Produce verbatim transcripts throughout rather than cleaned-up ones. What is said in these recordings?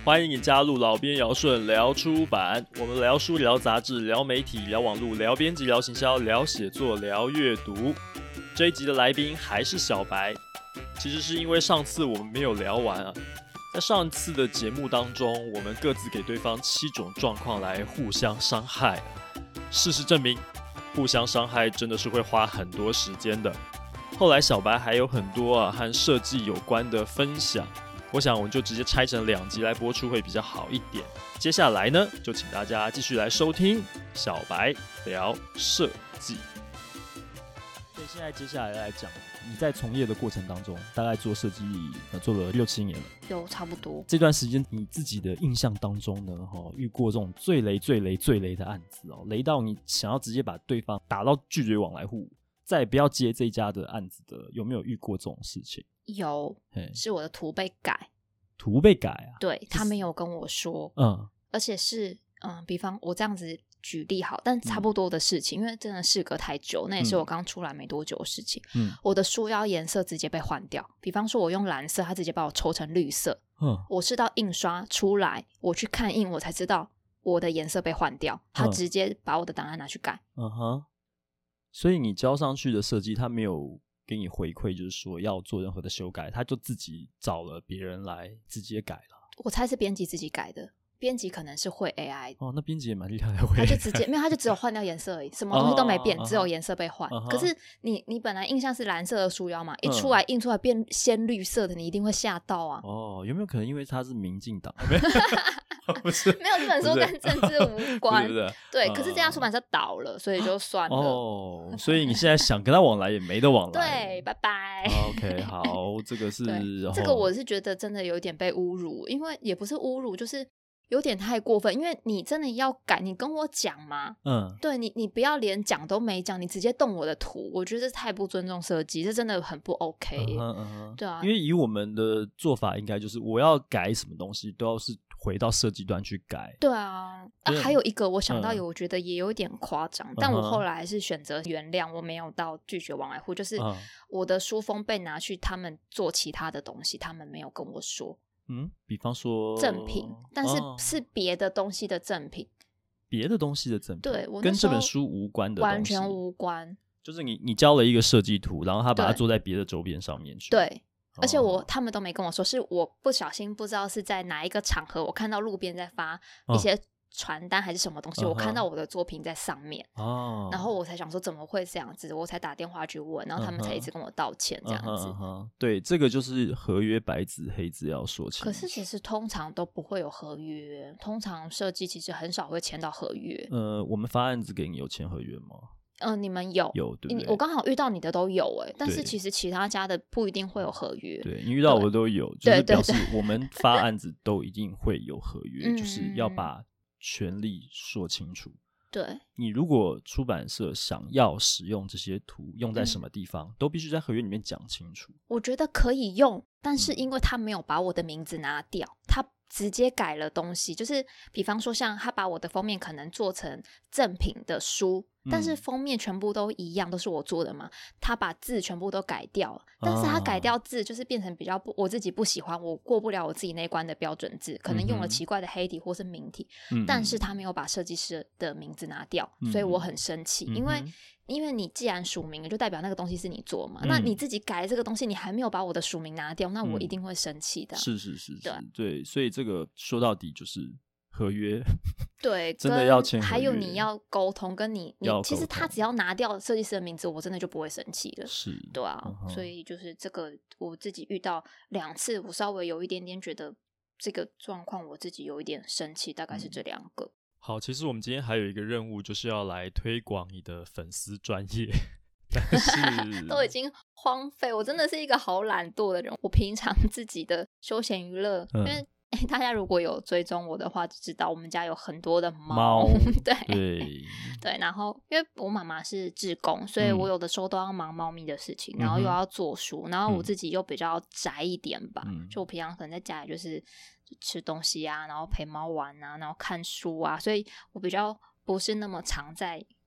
欢迎你加入老编尧舜聊出版，我们聊书、聊杂志、聊媒体、聊网络、聊编辑、聊行销、聊写作、聊阅读。这一集的来宾还是小白，其实是因为上次我们没有聊完啊。在上次的节目当中，我们各自给对方七种状况来互相伤害。事实证明，互相伤害真的是会花很多时间的。后来小白还有很多啊和设计有关的分享，我想我们就直接拆成两集来播出会比较好一点。接下来呢，就请大家继续来收听小白聊设计。所以现在接下来来讲，你在从业的过程当中，大概做设计呃做了六七年了， 有差不多。 这段时间你自己的印象当中呢，哦、遇过这种最雷、最雷、最雷的案子哦，雷到你想要直接把对方打到拒绝往来户，再也不要接这一家的案子的，有没有遇过这种事情？ 有，是我的图被改， 图被改啊？ 对，他没有跟我说，嗯，而且是嗯，比方我这样子举例好，但差不多的事情，嗯、因为真的事隔太久，那也是我刚出来没多久的事情。嗯，我的书腰颜色直接被换掉，比方说我用蓝色，他直接把我抽成绿色。嗯，我是到印刷出来，我去看印，我才知道我的颜色被换掉，他直接把我的档案拿去改。嗯哼， 所以你交上去的设计，他没有给你回馈，就是说要做任何的修改，他就自己找了别人来直接改了。 我猜是编辑自己改的。编辑可能是会 A I 哦，那编辑也蛮厉害的，会他就直接没有，他就只有换掉颜色而已，什么东西都没变，哦、只有颜色被换。哦、可是你你本来印象是蓝色的书腰嘛，嗯、一出来印出来变鲜绿色的，你一定会吓到啊！ 哦，有没有可能因为他是民进党？ 不是，没有这本书跟政治无关，不是不是对。嗯、可是这家出版社倒了，所以就算了。 哦，所以你现在想跟他往来也没得往来。对，拜拜。 OK， 好，这个是这个我是觉得真的有点被侮辱，因为也不是侮辱，就是。有点太过分，因为你真的要改，你跟我讲嘛，嗯，对你，你不要连讲都没讲，你直接动我的图，我觉得这太不尊重设计，这真的很不 OK。嗯哼嗯哼对啊， 因为以我们的做法，应该就是我要改什么东西，都要是回到设计端去改。 对啊，啊还有一个我想到有，嗯、我觉得也有点夸张，嗯、但我后来还是选择原谅，我没有到拒绝往来户，就是我的书封被拿去他们做其他的东西，他们没有跟我说。 嗯，比方说赠品，但是是别的东西的赠品， 别、哦、的东西的赠品， 对，我跟这本书无关的东西， 完全无关。 就是你你交了一个设计图，然后他把它做在别的周边上面去。 对，哦、而且我他们都没跟我说，是我不小心不知道是在哪一个场合，我看到路边在发一些传单还是什么东西，哦、我看到我的作品在上面，哦、然后我才想说怎么会这样子，我才打电话去问，然后他们才一直跟我道歉这样子。 嗯嗯、对，这个就是合约白纸黑字要说清楚。 可是其实通常都不会有合约，通常设计其实很少会签到合约。 呃，我们发案子给你有签合约吗？ 嗯、呃，你们有有对不对？ 我刚好遇到你的都有哎、欸，但是其实其他家的不一定会有合约。 对，你遇到我的都有，就是表示我们发案子都一定会有合约，就是要把权利说清楚。 对， 你如果出版社想要使用这些图用在什么地方，嗯、都必须在合约里面讲清楚。 我觉得可以用，但是因为他没有把我的名字拿掉，他直接改了东西，就是比方说像他把我的封面可能做成赠品的书，但是封面全部都一样，都是我做的嘛，他把字全部都改掉了，但是他改掉字就是变成比较不我自己不喜欢，我过不了我自己那一关的标准字，可能用了奇怪的黑体或是明体，嗯、但是他没有把设计师的名字拿掉，嗯、所以我很生气，嗯、因为因为你既然署名了，就代表那个东西是你做嘛，嗯、那你自己改这个东西，你还没有把我的署名拿掉，那我一定会生气的。 嗯、是是是是，对对，所以这个说到底就是合约， 对， 真的要签合约， 还有你要沟通，跟你你其实他只要拿掉设计师的名字，我真的就不会生气了。 是， 对啊，嗯、所以就是这个我自己遇到两次，我稍微有一点点觉得这个状况，我自己有一点生气，大概是这两个。嗯、 好，其实我们今天还有一个任务，就是要来推广你的粉丝专页。但是都已经荒废，我真的是一个好懒惰的人。我平常自己的休闲娱乐，嗯、因为、欸、大家如果有追踪我的话，就知道我们家有很多的猫。对对对，然后因为我妈妈是志工，所以我有的时候都要忙猫咪的事情，嗯、然后又要做书，然后我自己又比较宅一点吧，嗯、就我平常可能在家里就是吃东西啊，然后陪猫玩啊，然后看书啊，所以我比较不是那么常在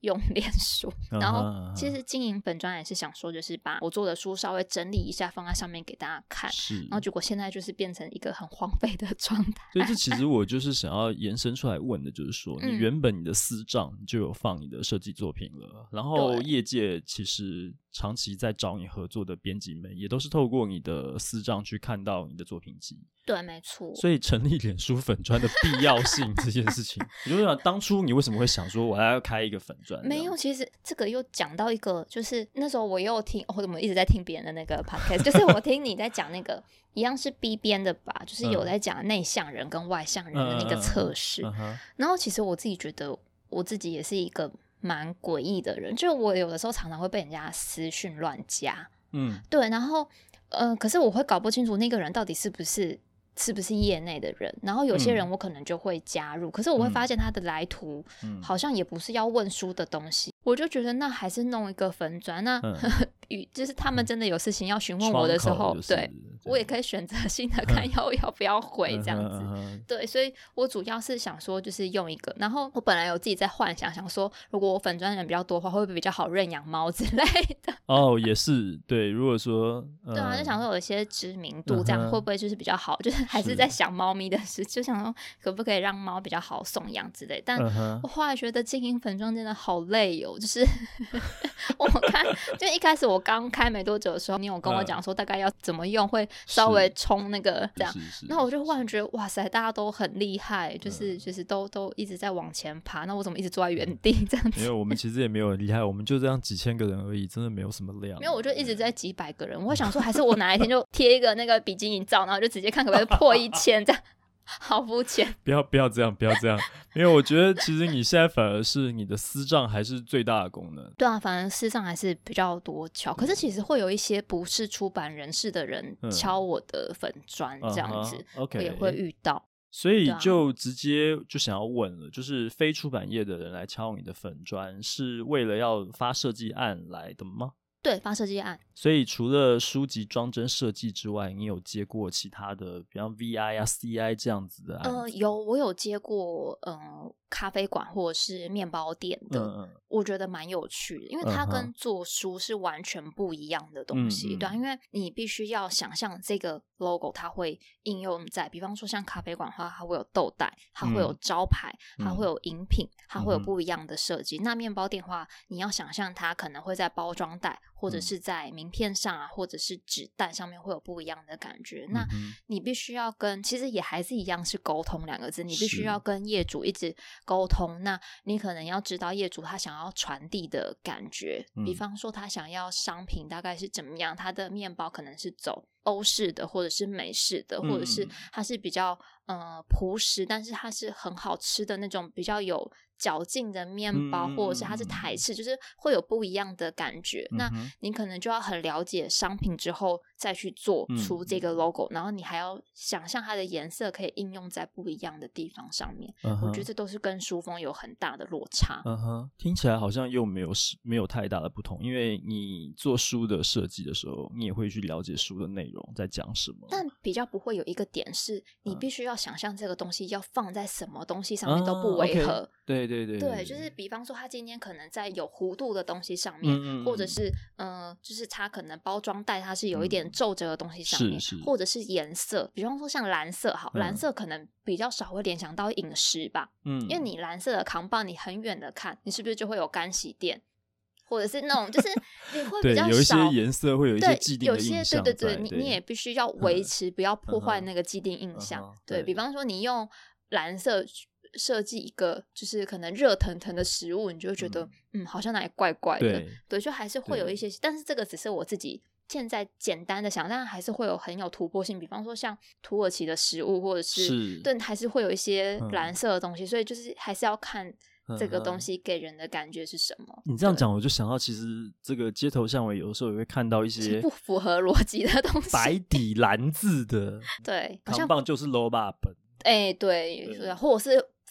用脸书，然后其实经营粉专也是想说就是把我做的书稍微整理一下放在上面给大家看， 是， 然后结果现在就是变成一个很荒废的状态。 对，这其实我就是想要延伸出来问的就是说你原本你的私账就有放你的设计作品了、嗯、然后业界其实长期在找你合作的编辑们也都是透过你的私账去看到你的作品集。 对，没错。 所以成立脸书粉专的必要性这件事情我就想当初你为什么会想说我要开一个粉专？ 没有，其实这个又讲到一个，就是那时候我又听我怎么一直在听别人的那个 podcast 就是我听你在讲那个一样是 B 编的吧，就是有在讲内向人跟外向人的那个测试、嗯嗯嗯嗯、然后其实我自己觉得我自己也是一个蛮诡异的人，就我有的时候常常会被人家私讯乱加，嗯，对，然后呃，可是我会搞不清楚那个人到底是不是是不是业内的人，然后有些人我可能就会加入、嗯、可是我会发现他的来途、嗯、好像也不是要问书的东西、嗯、我就觉得那还是弄一个粉专，那、嗯、就是他们真的有事情要询问我的时候、就是、对，我也可以选择性的看要要不要回这样子、嗯、对，所以我主要是想说就是用一个，然后我本来有自己在幻想想说如果我粉专人比较多的话会不会比较好认养猫之类的哦，也是对，如果说、 嗯、对啊，就想说有一些知名度这样会不会就是比较好，就是还是在想猫咪的事，就想说可不可以让猫比较好送养之类，但我后来觉得经营粉专真的好累哦，就是我看就一开始我刚开没多久的时候你有跟我讲说大概要怎么用会稍微冲那个这样，那我就忽然觉得哇塞大家都很厉害，就是就是都都一直在往前爬，那我怎么一直坐在原地这样子？ 因为我们其实也没有很厉害，我们就这样几千个人而已，真的没有什么量， 没有，我就一直在几百个人，我会想说还是我哪一天就贴一个那个比基尼照然后就直接看可不可以破一千这样好肤浅， 不要不要这样不要这样因为我觉得其实你现在反而是你的私账还是最大的功能。 对啊，反正私账还是比较多敲，可是其实会有一些不是出版人士的人敲我的粉专这样子、嗯 uh-huh, okay. 我也会遇到， 所以就直接就想要问了、啊、就是非出版业的人来敲你的粉专是为了要发设计案来的吗？ 对，发设计案。 所以除了书籍装帧设计之外你有接过其他的比方 V I 啊 C I 这样子的案子？ 呃，有，我有接过嗯、呃、咖啡馆或者是面包店的、嗯、我觉得蛮有趣的，因为它跟做书是完全不一样的东西、嗯、对、啊、因为你必须要想象这个 logo 它会应用在比方说像咖啡馆的话它会有豆袋，它会有招牌、嗯、它会有饮品、嗯、它会有不一样的设计、嗯、那面包店的话你要想象它可能会在包装袋或者是在名片上啊、嗯、或者是纸袋上面会有不一样的感觉、嗯、那你必须要跟其实也还是一样是沟通两个字，你必须要跟业主一直沟通，那你可能要知道业主他想要传递的感觉、嗯、比方说他想要商品大概是怎么样，他的面包可能是走欧式的或者是美式的、嗯、或者是它是比较呃朴实但是它是很好吃的那种比较有嚼劲的面包、嗯、或者是它是台式，就是会有不一样的感觉、嗯、那你可能就要很了解商品之后再去做出这个 logo、嗯、然后你还要想象它的颜色可以应用在不一样的地方上面、嗯、我觉得这都是跟书风有很大的落差。 嗯哼，听起来好像又没有没有太大的不同，因为你做书的设计的时候你也会去了解书的内容在讲什么， 但比较不会有一个点是你必须要想象这个东西要放在什么东西上面都不违和、啊 okay. 对对 对, 对, 对就是比方说他今天可能在有弧度的东西上面、嗯、或者是呃，就是他可能包装袋它是有一点皱褶的东西上面、嗯、或者是颜色，比方说像蓝色好、嗯、蓝色可能比较少会联想到饮食吧，嗯，因为你蓝色的扛棒你很远的看你是不是就会有干洗店或者是那种就是你会比较少对，有一些颜色会有一些既定的印象， 对，有些对对对，你你也必须要维持、嗯、不要破坏那个既定印象、嗯、对，比方说你用蓝色设计一个就是可能热腾腾的食物你就会觉得 嗯, 嗯好像哪里怪怪的， 对, 对就还是会有一些，但是这个只是我自己现在简单的想，但还是会有很有突破性，比方说像土耳其的食物或者 是, 是对还是会有一些蓝色的东西、嗯、所以就是还是要看这个东西给人的感觉是什么。 你这样讲我就想到其实这个街头巷尾有的时候也会看到一些不符合逻辑的东西， 白底蓝字的对， 扛棒就是 low up 哎、欸，对，对或者是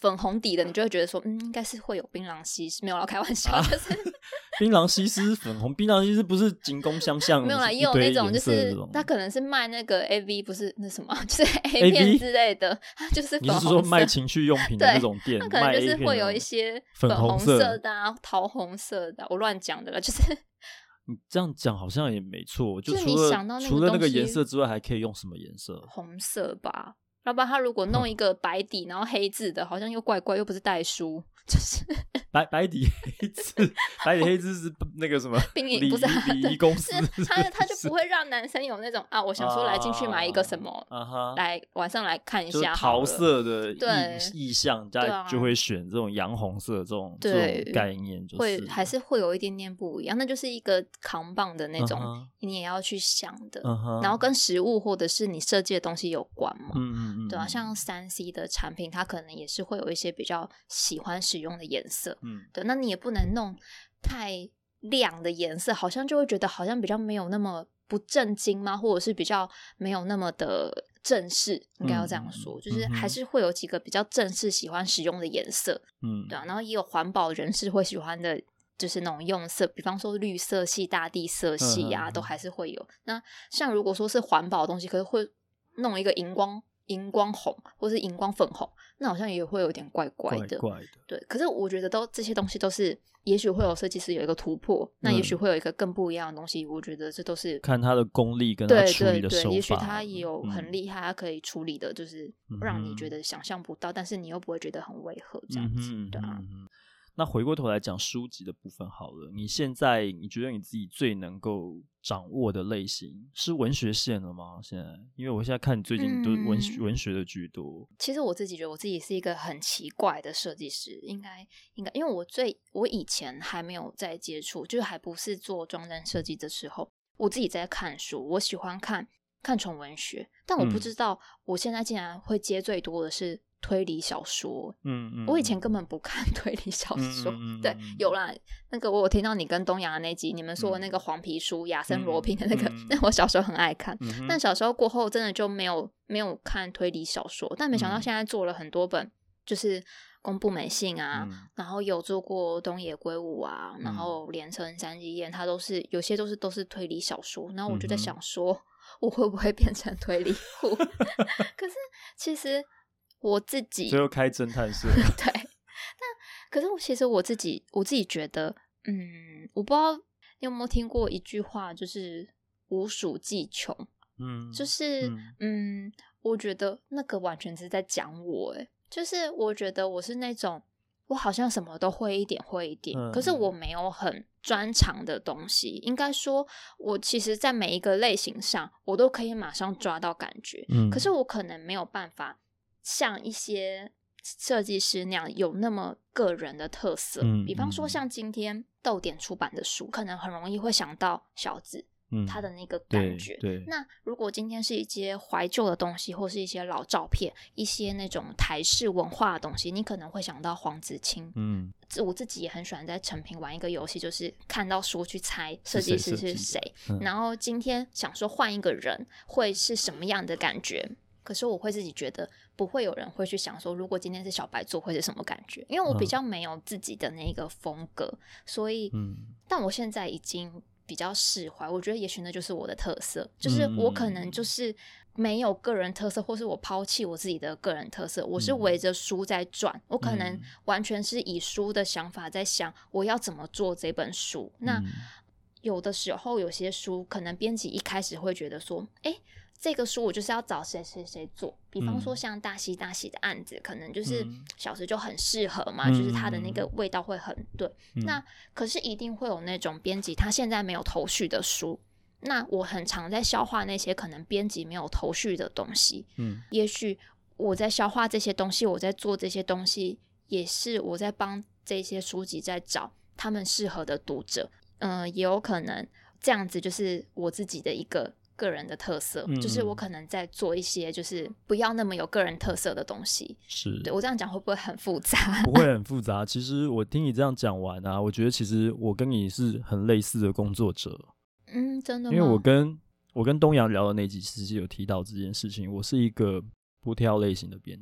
粉红底的，你就会觉得说，嗯，应该是会有槟榔西施，没有啦，开玩笑，啊、就是槟榔西施粉红，槟榔西施不是金光相向， 没有啦，也有那种就是他可能是卖那个 A V， 不是那什么，就是 A 片之类的，它就是粉红色。 你是说卖情趣用品的那种店？ 它可能就是会有一些粉红色的啊、桃红色的，我乱讲的了，就是。 你这样讲好像也没错，就除了想到那个除了那个颜色之外，还可以用什么颜色？ 红色吧，要不然他如果弄一个白底，然后黑字的，好像又怪怪，又不是代书，就是白白底黑字，白底黑字是那个什么殡仪不是礼仪公司， 他他就不会让男生有那种啊，我想说来进去买一个什么， 啊、 来晚上来看一下， 就是桃色的对意象，大家就会选这种洋红色这种这种概念，就是会还是会有一点点不一样，那就是一个扛棒的那种， uh-huh. 你也要去想的， uh-huh. 然后跟食物或者是你设计的东西有关嘛， 嗯嗯嗯， 对啊，像三 C 的产品，它可能也是会有一些比较喜欢使用的颜色。嗯，对，那你也不能弄太亮的颜色，好像就会觉得好像比较没有那么不正经吗？或者是比较没有那么的正式，应该要这样说，嗯、就是还是会有几个比较正式喜欢使用的颜色，嗯，对啊，然后也有环保人士会喜欢的，就是那种用色，比方说绿色系、大地色系啊，嗯、都还是会有。那像如果说是环保的东西，可是会弄一个荧光。荧光红或是荧光粉红，那好像也会有点怪怪的， 怪怪的。 对，可是我觉得都这些东西都是，也许会有设计师有一个突破，嗯、那也许会有一个更不一样的东西。我觉得这都是看他的功力跟他处理的手法。 对对对，也许他也有很厉害，他可以处理的，就是让你觉得想象不到，嗯、但是你又不会觉得很违和这样子，嗯、对啊。 嗯那回过头来讲书籍的部分好了，你现在你觉得你自己最能够掌握的类型是文学线了吗？现在，因为我现在看你最近都文学、嗯、文学的居多。 其实我自己觉得我自己是一个很奇怪的设计师，应该应该，因为我最我以前还没有在接触，就是还不是做装帧设计的时候，我自己在看书，我喜欢看看纯文学，但我不知道我现在竟然会接最多的是推理小说。嗯嗯，我以前根本不看推理小说。嗯嗯，对，有啦，那个我有听到你跟东阳的那集，你们说的那个黄皮书亚森罗平的那个，嗯、那我小时候很爱看，嗯、但小时候过后真的就没有没有看推理小说，但没想到现在做了很多本，就是宫部美幸啊，嗯、然后有做过东野圭吾啊，然后连城三基彦，它都是有些都是都是推理小说，然后我就在想说，我会不会变成推理户？可是其实。我自己最后开侦探社对，但可是我其实我自己我自己觉得，嗯，我不知道你有没有听过一句话，就是无鼠忌穷，嗯，就是嗯, 嗯，我觉得那个完全是在讲我，哎，就是我觉得我是那种我好像什么都会一点会一点，嗯、可是我没有很专长的东西，应该说我其实在每一个类型上我都可以马上抓到感觉，嗯，可是我可能没有办法像一些设计师那样有那么个人的特色，嗯、比方说像今天逗点出版的书，可能很容易会想到小子，嗯、他的那个感觉。 对对， 那如果今天是一些怀旧的东西，或是一些老照片，一些那种台式文化的东西，你可能会想到黄子清。嗯，我自己也很喜欢在成品玩一个游戏，就是看到书去猜设计师是谁，嗯、然后今天想说换一个人会是什么样的感觉。可是我会自己觉得不会有人会去想说如果今天是小白做会是什么感觉，因为我比较没有自己的那个风格，嗯、所以、嗯、但我现在已经比较释怀，我觉得也许那就是我的特色，就是我可能就是没有个人特色，或是我抛弃我自己的个人特色，我是围着书在转，嗯、我可能完全是以书的想法在想我要怎么做这本书，嗯、那有的时候有些书可能编辑一开始会觉得说诶这个书我就是要找谁谁谁做，比方说像大喜大喜的案子，嗯、可能就是小时就很适合嘛，嗯、就是它的那个味道会很对，嗯、那可是一定会有那种编辑他现在没有头绪的书，那我很常在消化那些可能编辑没有头绪的东西，嗯、也许我在消化这些东西，我在做这些东西，也是我在帮这些书籍在找他们适合的读者，嗯、呃，也有可能这样子就是我自己的一个个人的特色，嗯、就是我可能在做一些就是不要那么有个人特色的东西， 是对我这样讲会不会很复杂？ 不会很复杂，其实我听你这样讲完啊，我觉得其实我跟你是很类似的工作者。 嗯，真的吗？ 因为我跟我跟东阳聊的那集其实有提到这件事情，我是一个不挑类型的编辑，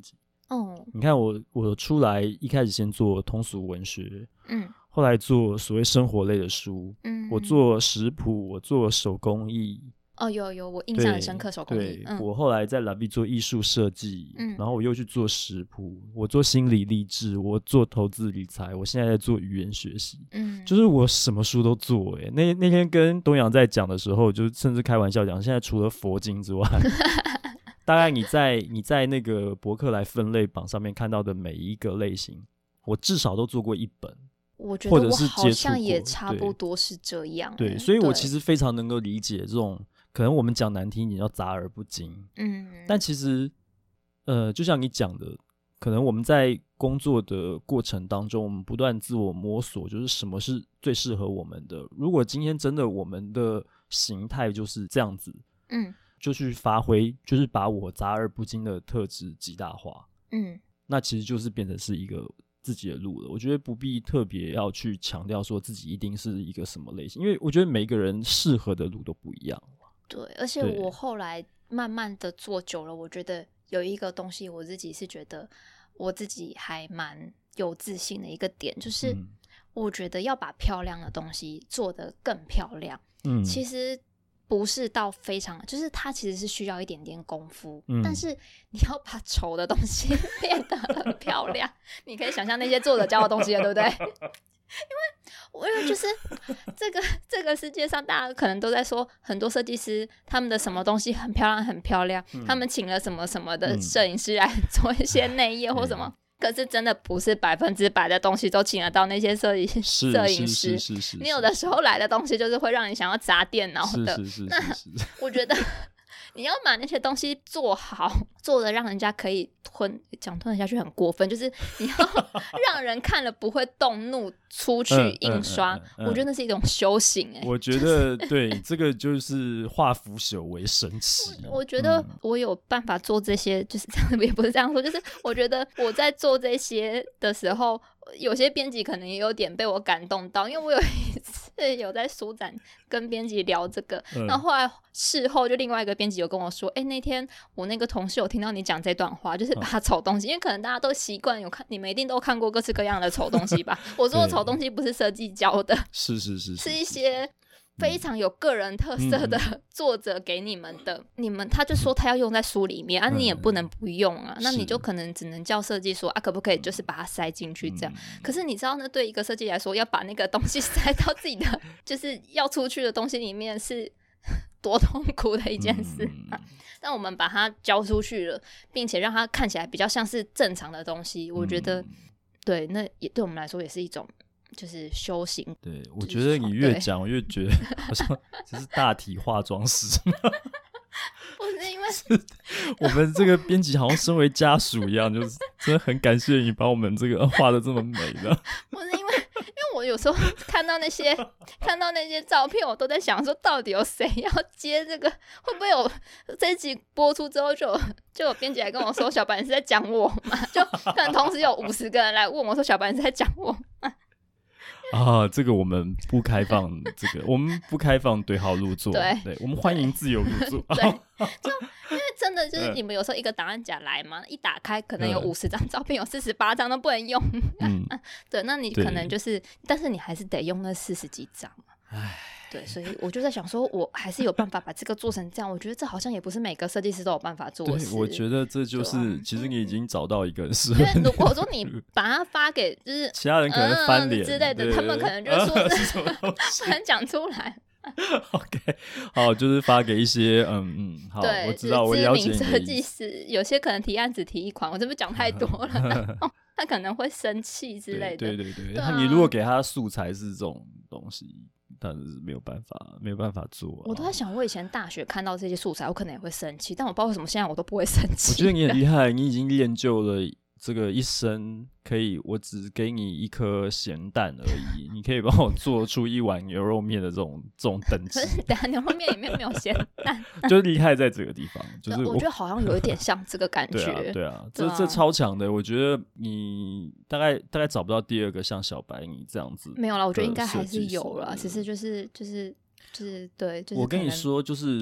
哦， 你看我我出来一开始先做通俗文学， 嗯， 后来做所谓生活类的书， 嗯， 我做食谱，我做手工艺。 哦，有有，我印象很深刻，手工艺。 对， 嗯、 我后来在 L A V I 做艺术设计， 嗯， 然后我又去做食谱，我做心理励志，我做投资理财，我现在在做语言学习，嗯，就是我什么书都做。哎，那那天跟东阳在讲的时候，就甚至开玩笑讲，现在除了佛经之外，大概你在你在那个博客来分类榜上面看到的每一个类型，我至少都做过一本。 我觉得我好像也差不多是这样。 对，所以我其实非常能够理解这种。可能我们讲难听一点叫杂而不精，嗯，但其实，呃，就像你讲的，可能我们在工作的过程当中，我们不断自我摸索，就是什么是最适合我们的。如果今天真的我们的形态就是这样子，嗯，就去发挥，就是把我杂而不精的特质极大化，嗯，那其实就是变成是一个自己的路了。我觉得不必特别要去强调说自己一定是一个什么类型，因为我觉得每个人适合的路都不一样。 对，而且我后来慢慢的做久了，我觉得有一个东西我自己是觉得我自己还蛮有自信的一个点，就是我觉得要把漂亮的东西做得更漂亮，嗯，其实不是到非常，就是它其实是需要一点点功夫，嗯，但是你要把丑的东西变得很漂亮，你可以想象那些作者教的东西了，对不对？因为，因为就是这个这个世界上，大家可能都在说，很多设计师他们的什么东西很漂亮，很漂亮，嗯、他们请了什么什么的摄影师来做一些内页或什么。嗯、可是真的不是百分之百的东西都请得到那些摄影摄影师，你有的时候来的东西就是会让你想要砸电脑的。 是是是是是那我觉得你要把那些东西做好，做的让人家可以吞，讲吞得下去很过分，就是你要让人看了不会动怒出去印刷，嗯嗯嗯嗯、我觉得那是一种修行、欸。 我觉得对这个就是化腐朽为神奇。 我, 我觉得我有办法做这些，就是这样，也不是这样说，就是我觉得我在做这些的时候，有些编辑可能也有点被我感动到，因为我有一次有在书展跟编辑聊这个，嗯、然后后来事后就另外一个编辑有跟我说，哎、欸，那天我那个同事有听到你讲这段话，就是把丑东西，因为可能大家都习惯有看，你们一定都看过各式各样的丑东西吧？我说的丑东西不是设计教的， 是是是 是, 是一些非常有个人特色的作者给你们的，嗯、你们他就说他要用在书里面、嗯、啊，你也不能不用啊，那你就可能只能叫设计说啊，可不可以就是把它塞进去这样？嗯、可是你知道，那对一个设计来说，要把那个东西塞到自己的就是要出去的东西里面是多痛苦的一件事啊！嗯、但我们把它交出去了，并且让它看起来比较像是正常的东西，我觉得、嗯、对，那也对我们来说也是一种。就是修行。 对，我觉得你越讲我越觉得好像就是大体化妆师。 不是因为是我们这个编辑好像身为家属一样，就是真的很感谢你把我们这个画的这么美的。 不是因为因为我有时候看到那些看到那些照片，我都在想说，到底有谁要接这个？会不会有这一集播出之后就有就有编辑来跟我说，小白你是在讲我吗？就可能同时有五十个人来问我说，小白你是在讲我吗？ 啊，这个我们不开放，这个我们不开放对号入座， 对， 对我们欢迎自由入座。 对，就因为真的就是你们有时候一个档案夹来嘛，一打开可能有五十张照片，有四十八张都不能用。嗯，对，那你可能就是，但是你还是得用那四十几张嘛。唉。对，所以我就在想说，我还是有办法把这个做成这样。我觉得这好像也不是每个设计师都有办法做的事。 对，我觉得这就是，啊、其实你已经找到一个是。 因为如果说你把它发给就是其他人可能翻脸、嗯、 之类的，他们可能就说是什么东西，不能讲出来。 OK， 好，就是发给一些嗯嗯，好， 对， 我知道，我了解你的意思。 知名设计师有些可能提案只提一款，我这边讲太多了，他可能会生气之类的。 对对对，对啊、你如果给他素材是这种东西。但是没有办法，没有办法做、啊。 我都在想，我以前大学看到这些素材，我可能也会生气，但我不知道为什么现在我都不会生气。 我觉得你很厉害，你已经练就了这个一生，可以我只给你一颗咸蛋而已，你可以帮我做出一碗牛肉面的这种这种等级。 可是等下牛肉面里面没有咸蛋， 就厉害在这个地方，就是我, 我觉得好像有一点像这个感觉。 对啊，对啊，这这超强的，我觉得你大概大概找不到第二个像小白你这样子。 没有啦，我觉得应该还是有啦，只是就是就是就是对，就是我跟你说，就是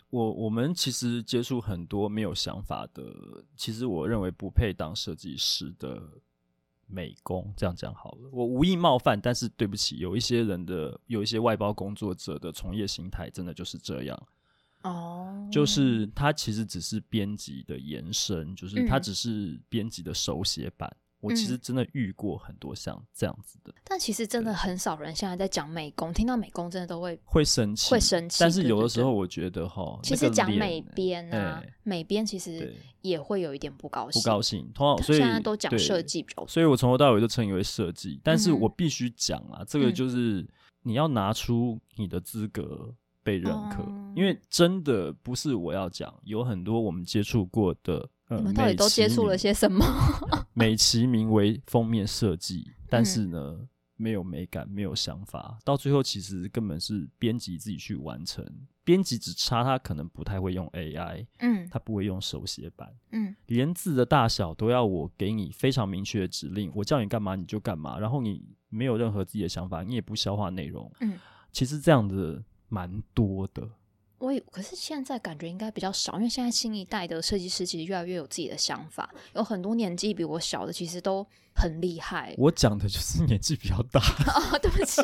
我我们其实接触很多没有想法的，其实我认为不配当设计师的美工，这样讲好了。我无意冒犯，但是对不起，有一些人的有一些外包工作者的从业心态真的就是这样。哦，就是他其实只是编辑的延伸，就是他只是编辑的手写版。嗯，我其实真的遇过很多像这样子的， 但其实真的很少人现在在讲美工，听到美工真的都会会生气， 会生气。 但是有的时候我觉得哈， 其实讲美编啊，欸、美编其实也会有一点不高兴， 不高兴。通常所以现在都讲设计比较多， 所以我从头到尾都称以为设计。但是我必须讲啊、嗯，这个就是你要拿出你的资格被认可、嗯，因为真的不是我要讲，有很多我们接触过的。 呃、你们到底都接触了些什么？ 美其名为封面设计，但是呢、嗯，没有美感，没有想法，到最后其实根本是编辑自己去完成。编辑只差他可能不太会用 A I， 嗯，他不会用手写版，嗯，连字的大小都要我给你非常明确的指令，我叫你干嘛你就干嘛，然后你没有任何自己的想法，你也不消化内容，嗯，其实这样的蛮多的。 我可是现在感觉应该比较少，因为现在新一代的设计师其实越来越有自己的想法，有很多年纪比我小的其实都很厉害。 我讲的就是年纪比较大哦，对不起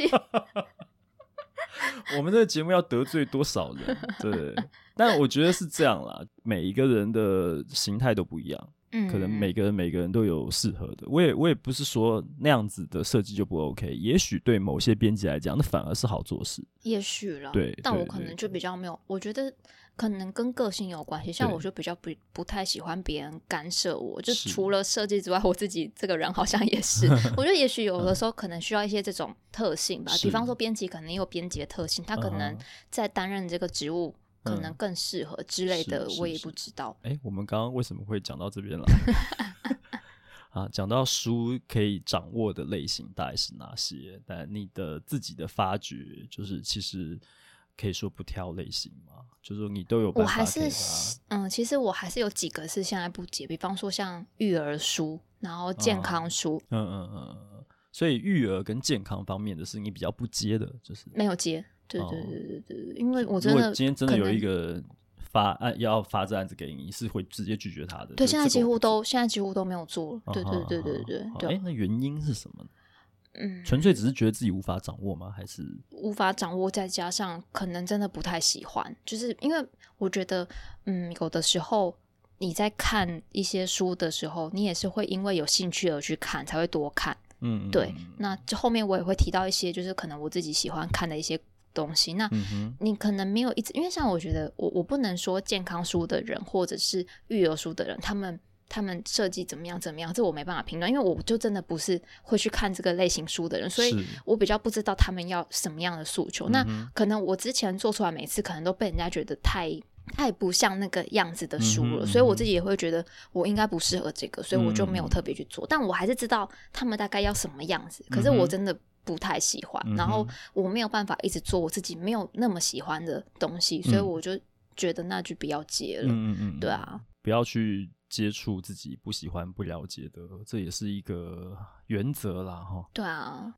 我们这个节目要得罪多少人？对，但我觉得是这样啦，每一个人的形态都不一样，嗯，可能每个人每个人都有适合的。我也我也不是说那样子的设计就不 OK， 也许对某些编辑来讲，那反而是好做事。 也许啦， 对， 但我可能就比较没有，我觉得可能跟个性有关系。像我就比较不不太喜欢别人干涉我，就除了设计之外，我自己这个人好像也是。我觉得也许有的时候可能需要一些这种特性吧，比方说编辑可能也有编辑的特性，他可能在担任这个职务。可能更适合之类的、嗯、我也不知道。 哎，我们刚刚为什么会讲到这边来啊？讲到书可以掌握的类型大概是哪些？但你的自己的发掘，就是其实可以说不挑类型嘛，就是说你都有办法。 我还是嗯，其实我还是有几个是现在不解，比方说像育儿书，然后健康书， 哦、嗯嗯嗯，所以育儿跟健康方面的是你比较不接的，就是没有接。对对对对对，因为我真的， 如果今天真的有一个发案要发这案子给你，是会直接拒绝他的。 对，现在几乎都现在几乎都没有做。对对对对对对。 哎，那原因是什么？嗯，纯粹只是觉得自己无法掌握吗？还是无法掌握，再加上可能真的不太喜欢，就是因为我觉得，嗯，有的时候你在看一些书的时候，你也是会因为有兴趣而去看，才会多看。嗯，对。那就后面我也会提到一些，就是可能我自己喜欢看的一些东西，那你可能没有一直，因为像我觉得我我不能说健康书的人或者是育儿书的人他们他们设计怎么样怎么样，这我没办法评论，因为我就真的不是会去看这个类型书的人，所以我比较不知道他们要什么样的诉求、嗯、那可能我之前做出来每次可能都被人家觉得太太不像那个样子的书了、嗯、所以我自己也会觉得我应该不适合这个，所以我就没有特别去做、嗯、但我还是知道他们大概要什么样子，可是我真的不太喜欢、嗯、然后我没有办法一直做我自己没有那么喜欢的东西、嗯、所以我就觉得那就不要接了。嗯嗯，对啊， 不要去接触自己不喜欢不了解的，这也是一个原则啦齁。 对啊。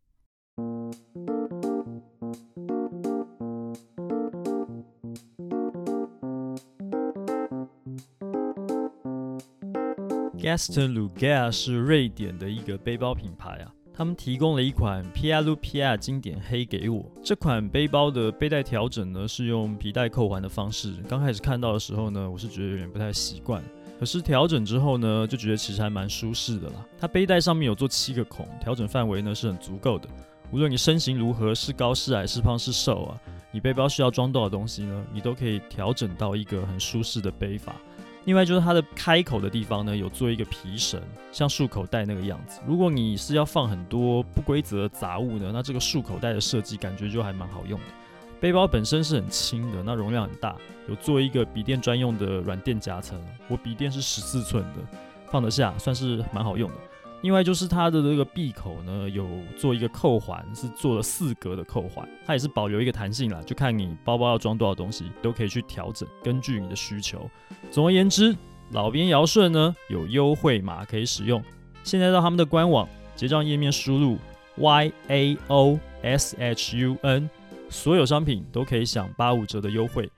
Gaston Lugger 是瑞典的一个背包品牌啊，他们提供了一款 Pia Lupia 经典黑给我。这款背包的背带调整呢是用皮带扣环的方式，刚开始看到的时候呢，我是觉得有点不太习惯，可是调整之后呢，就觉得其实还蛮舒适的啦。它背带上面有做七个孔，调整范围呢是很足够的。无论你身形如何，是高是矮是胖是瘦啊，你背包需要装多少东西呢，你都可以调整到一个很舒适的背法。另外就是它的开口的地方呢，有做一个皮绳，像束口袋那个样子。如果你是要放很多不规则的杂物呢，那这个束口袋的设计感觉就还蛮好用的。背包本身是很轻的，那容量很大，有做一个笔电专用的软垫夹层，我笔电是十四寸的，放得下，算是蛮好用的。另外就是它的这个闭口呢，有做一个扣环，是做了四格的扣环，它也是保留一个弹性啦，就看你包包要装多少东西，都可以去调整，根据你的需求。总而言之，老编尧舜呢有优惠码可以使用，现在到他们的官网结账页面输入 Y A O S H U N， 所有商品都可以享八五折的优惠。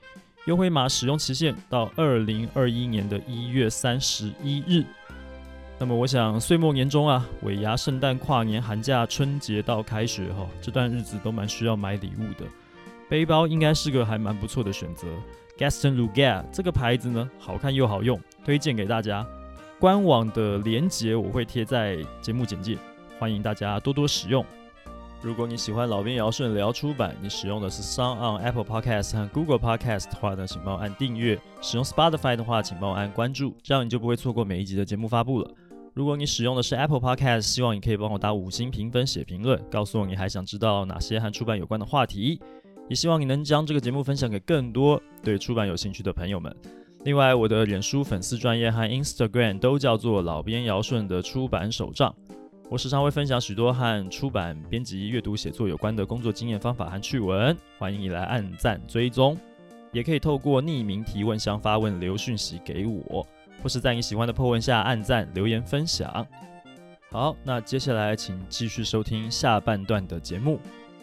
优惠码使用期限到二零二一年的一月三十一日。那么我想岁末年终啊，尾牙、圣诞、跨年、寒假、春节到开学哈，这段日子都蛮需要买礼物的。背包应该是个还蛮不错的选择。Gaston Lugère 这个牌子呢，好看又好用，推荐给大家。官网的连结我会贴在节目简介，欢迎大家多多使用。如果你喜欢老编尧舜聊出版，你使用的是 SoundOn、Apple Podcast 和 Google Podcast 的话呢，请帮我按订阅；使用 Spotify 的话，请帮我按关注，这样你就不会错过每一集的节目发布了。如果你使用的是 Apple Podcast， 希望你可以帮我打五星评分、写评论，告诉我你还想知道哪些和出版有关的话题。也希望你能将这个节目分享给更多对出版有兴趣的朋友们。另外，我的脸书粉丝专页和 Instagram 都叫做老编尧舜的出版手账。我时常会分享许多和出版、编辑、阅读、写作有关的工作经验、方法和趣闻，欢迎你来按赞追踪。也可以透过匿名提问箱发问留讯息给我，或是在你喜欢的 po 文下按赞留言分享。好，那接下来请继续收听下半段的节目。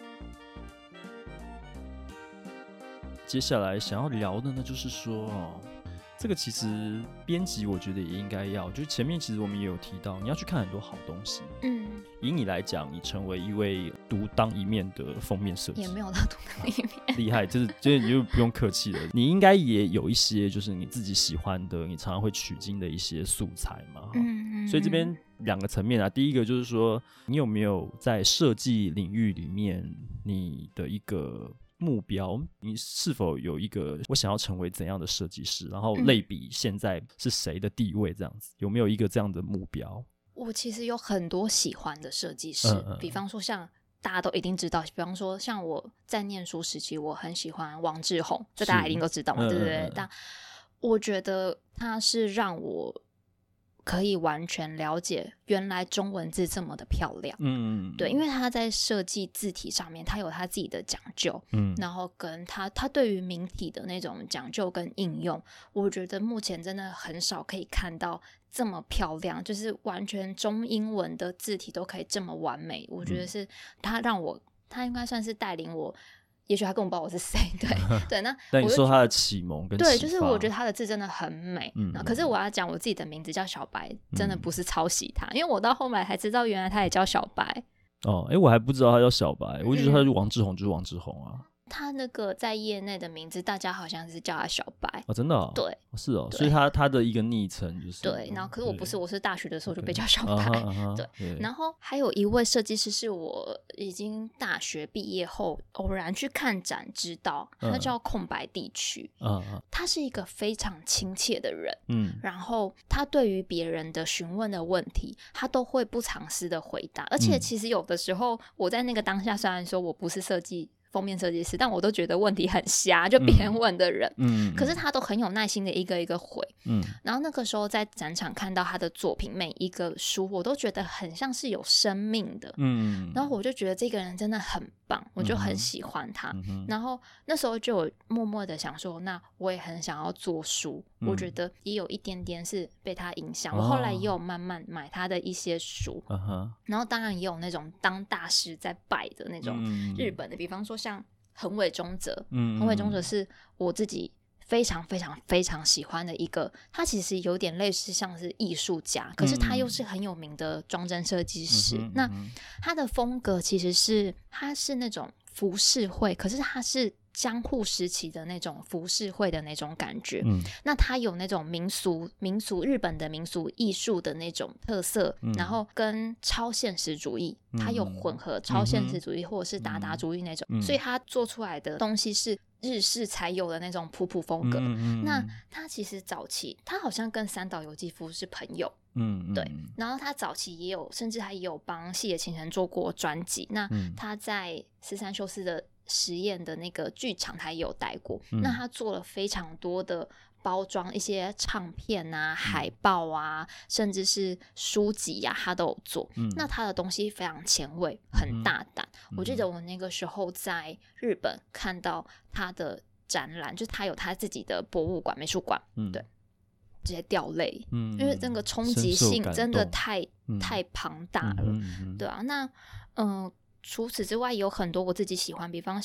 接下来想要聊的呢，就是说哦，这个其实编辑我觉得也应该要，就是前面其实我们也有提到，你要去看很多好东西。嗯，以你来讲，你成为一位独当一面的封面设计， 也没有到独当一面， 厉害，就是就是你就不用客气了。你应该也有一些就是你自己喜欢的，你常常会取经的一些素材嘛。嗯嗯。所以这边两个层面啊，第一个就是说，你有没有在设计领域里面你的一个目标，你是否有一个我想要成为怎样的设计师，然后类比现在是谁的地位这样子，有没有一个这样的目标？ 我其实有很多喜欢的设计师、嗯嗯、比方说像大家都一定知道，比方说像我在念书时期我很喜欢王志宏，这大家一定都知道嘛，对不对、嗯嗯、但我觉得他是让我可以完全了解原来中文字这么的漂亮。嗯，对，因为他在设计字体上面他有他自己的讲究，嗯，然后跟他他对于明体的那种讲究跟应用，我觉得目前真的很少可以看到这么漂亮，就是完全中英文的字体都可以这么完美。我觉得是他让我，他应该算是带领我，也许他根本不知道我是谁，对对。那但你说他的启蒙跟启发， 对，就是我觉得他的字真的很美。嗯，可是我要讲我自己的名字叫小白，真的不是抄袭他、嗯，因为我到后来才知道原来他也叫小白。 哦，哎、欸，我还不知道他叫小白，我就觉得他是王志宏，就是王志宏啊。 他那个在业内的名字，大家好像是叫他小白哦，真的、哦？ 对， 哦是哦，所以他他的一个昵称就是对。然后，可是我不是，我是大学的时候就被叫小白。 Okay. Uh-huh, uh-huh, 对, yeah. 然后还有一位设计师是我已经大学毕业后偶然去看展知道，他叫空白地区。嗯、uh-huh. 他是一个非常亲切的人，嗯，然后他对于别人的询问的问题，他都会不藏私的回答，而且其实有的时候我在那个当下，虽然说我不是设计封面设计师，但我都觉得问题很瞎，就别人问的人、嗯、可是他都很有耐心的一个一个回、嗯、然后那个时候在展场看到他的作品，每一个书我都觉得很像是有生命的、嗯、然后我就觉得这个人真的很棒，我就很喜欢他、嗯、然后那时候就有默默的想说，那我也很想要做书、嗯、我觉得也有一点点是被他影响、哦、我后来也有慢慢买他的一些书、uh-huh. 然后当然也有那种当大师在拜的那种日本的、嗯、比方说像横尾中则，横尾中则是我自己非常非常非常喜欢的一个，他其实有点类似像是艺术家，可是他又是很有名的装帧设计师、嗯、那他的风格其实是他是那种浮世绘，可是他是江户时期的那种浮世绘的那种感觉、嗯、那他有那种民俗民俗日本的民俗艺术的那种特色、嗯、然后跟超现实主义他有混合超现实主义或者是达达主义那种、嗯、所以他做出来的东西是日式才有的那种普普风格、嗯、那他其实早期他好像跟三岛由纪夫是朋友，嗯，对，然后他早期也有甚至他也有帮细野晴臣做过专辑，那他在十三修斯的实验的那个剧场他也有带过、嗯、那他做了非常多的包装，一些唱片啊、海报啊，甚至是书籍啊他都有做、嗯、那他的东西非常前卫很大胆、嗯、我记得我那个时候在日本看到他的展览，就是他有他自己的博物馆美术馆、嗯、对，直接掉泪、嗯、因为那个冲击性真的太、嗯、太庞大了、嗯嗯、对啊，那嗯、呃除此之外有很多我自己喜欢，比方像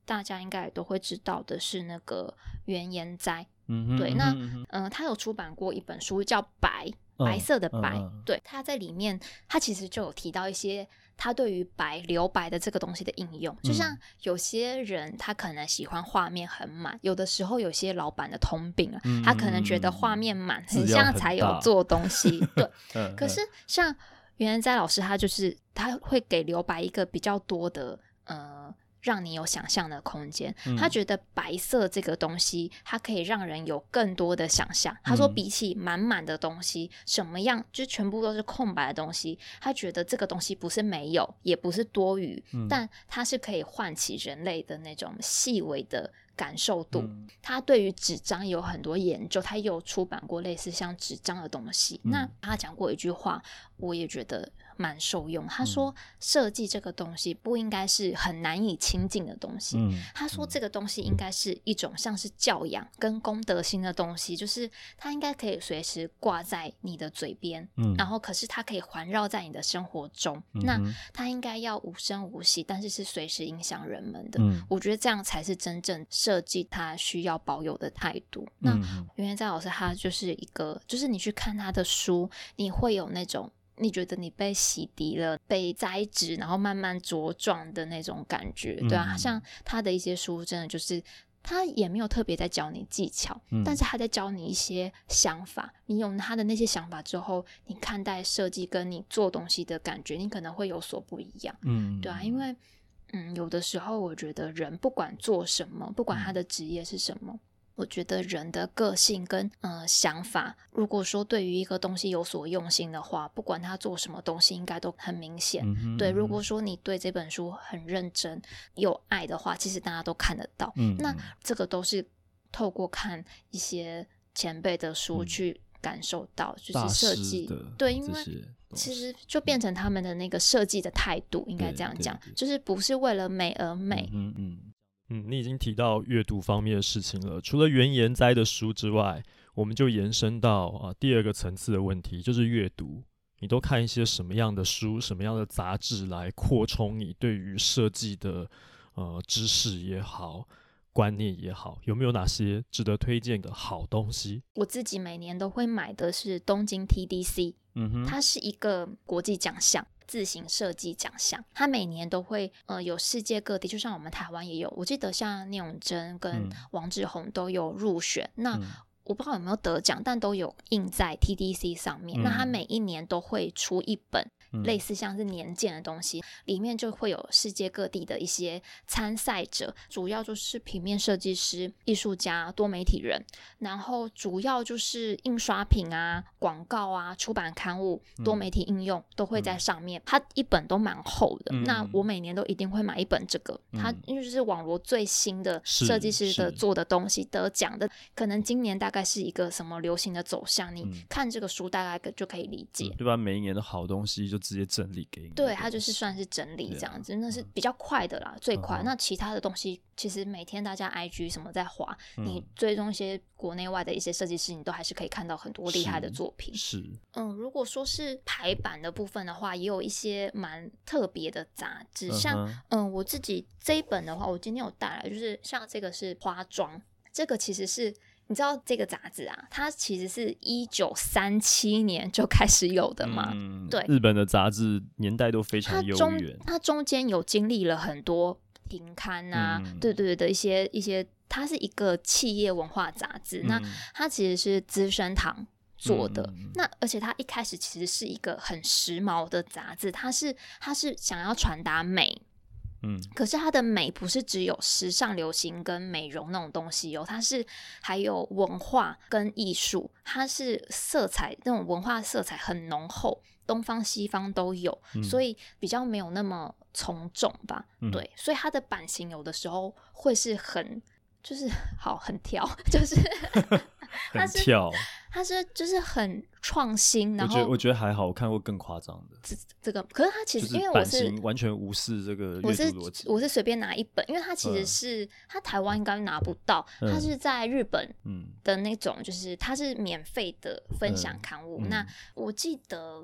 大家应该也都会知道的是那个原研哉。 嗯哼， 对，那嗯哼嗯、呃，他有出版过一本书叫《白》，白色的白。 嗯嗯嗯对，他在里面，他其实就有提到一些他对于白留白的这个东西的应用。就像有些人他可能喜欢画面很满，有的时候有些老板的通病啊， 嗯他可能觉得画面满字很要很大像才有做东西。对， 嗯可是像袁研哉老师，他就是他会给留白一个比较多的呃。让你有想象的空间、嗯、他觉得白色这个东西它可以让人有更多的想象。他说比起满满的东西、嗯、什么样就全部都是空白的东西，他觉得这个东西不是没有也不是多余、嗯、但它是可以唤起人类的那种细微的感受度、嗯、他对于纸张有很多研究，他也有出版过类似像纸张的东西、嗯、那他讲过一句话我也觉得蛮受用，他说设计这个东西不应该是很难以亲近的东西、嗯、他说这个东西应该是一种像是教养跟公德心的东西，就是它应该可以随时挂在你的嘴边、嗯、然后可是它可以环绕在你的生活中、嗯、那它应该要无声无息，但是是随时影响人们的、嗯、我觉得这样才是真正设计它需要保有的态度、嗯、那袁研哉老师他就是一个，就是你去看他的书你会有那种你觉得你被洗涤了，被栽植然后慢慢茁壮的那种感觉、嗯、对啊，像他的一些书真的就是他也没有特别在教你技巧、嗯、但是他在教你一些想法，你有他的那些想法之后，你看待设计跟你做东西的感觉你可能会有所不一样。嗯，对啊，因为嗯，有的时候我觉得人不管做什么，不管他的职业是什么、嗯，我觉得人的个性跟呃想法，如果说对于一个东西有所用心的话，不管他做什么东西应该都很明显、嗯、对，如果说你对这本书很认真有爱的话，其实大家都看得到、嗯、那这个都是透过看一些前辈的书去感受到、嗯、就是设计，对，因为其实就变成他们的那个设计的态度、嗯、应该这样讲，就是不是为了美而美。嗯嗯嗯，你已经提到阅读方面的事情了，除了原研哉的书之外，我们就延伸到、啊、第二个层次的问题，就是阅读。你都看一些什么样的书，什么样的杂志来扩充你对于设计的呃知识也好，观念也好，有没有哪些值得推荐的好东西？ 我自己每年都会买的是东京 T D C， 嗯哼，它是一个国际奖项，自行设计奖项，它每年都会呃有世界各地，就像我们台湾也有，我记得像聂永真跟王志宏都有入选、嗯、那我不知道有没有得奖，但都有印在 T D C 上面、嗯、那它每一年都会出一本类似像是年鉴的东西、嗯、里面就会有世界各地的一些参赛者，主要就是平面设计师、艺术家、多媒体人，然后主要就是印刷品啊、广告啊、出版刊物、多媒体应用都会在上面、嗯、它一本都蛮厚的、嗯、那我每年都一定会买一本这个、嗯、它因为就是网罗最新的设计师的做的东西，得奖的可能今年大概是一个什么流行的走向，你看这个书大概就可以理解、 嗯、对吧？每一年的好东西就直接整理给你， 对，它就是算是整理这样子、啊、那是比较快的啦、嗯、最快、嗯、那其他的东西其实每天大家 I G 什么在滑、嗯、你追踪一些国内外的一些设计师，你都还是可以看到很多厉害的作品。 是， 嗯，如果说是排版的部分的话，也有一些蛮特别的杂志、嗯、像嗯我自己这一本的话，我今天有带来，就是像这个是花妆，这个其实是你知道这个杂志啊，它其实是一九三七年就开始有的嘛、嗯、对， 日本的杂志年代都非常悠远， 它中间有经历了很多停刊啊、嗯、对对对的一些一些，它是一个企业文化杂志、嗯、那它其实是资生堂做的、嗯、那而且它一开始其实是一个很时髦的杂志，它是它是想要传达美，嗯，可是它的美不是只有时尚流行跟美容那种东西哦，它是还有文化跟艺术，它是色彩那种文化色彩很浓厚，东方西方都有、嗯、所以比较没有那么从众吧、嗯、对，所以它的版型有的时候会是很就是好很跳，就是很跳， 它是就是很创新，然后我觉得我觉得还好，我看过更夸张的这这个，可是它其实、 就是、 因为我是完全无视这个阅读逻辑， 我是随便拿一本，因为它其实是、嗯、它台湾应该拿不到、嗯、它是在日本的那种，就是它是免费的分享刊物、嗯、那我记得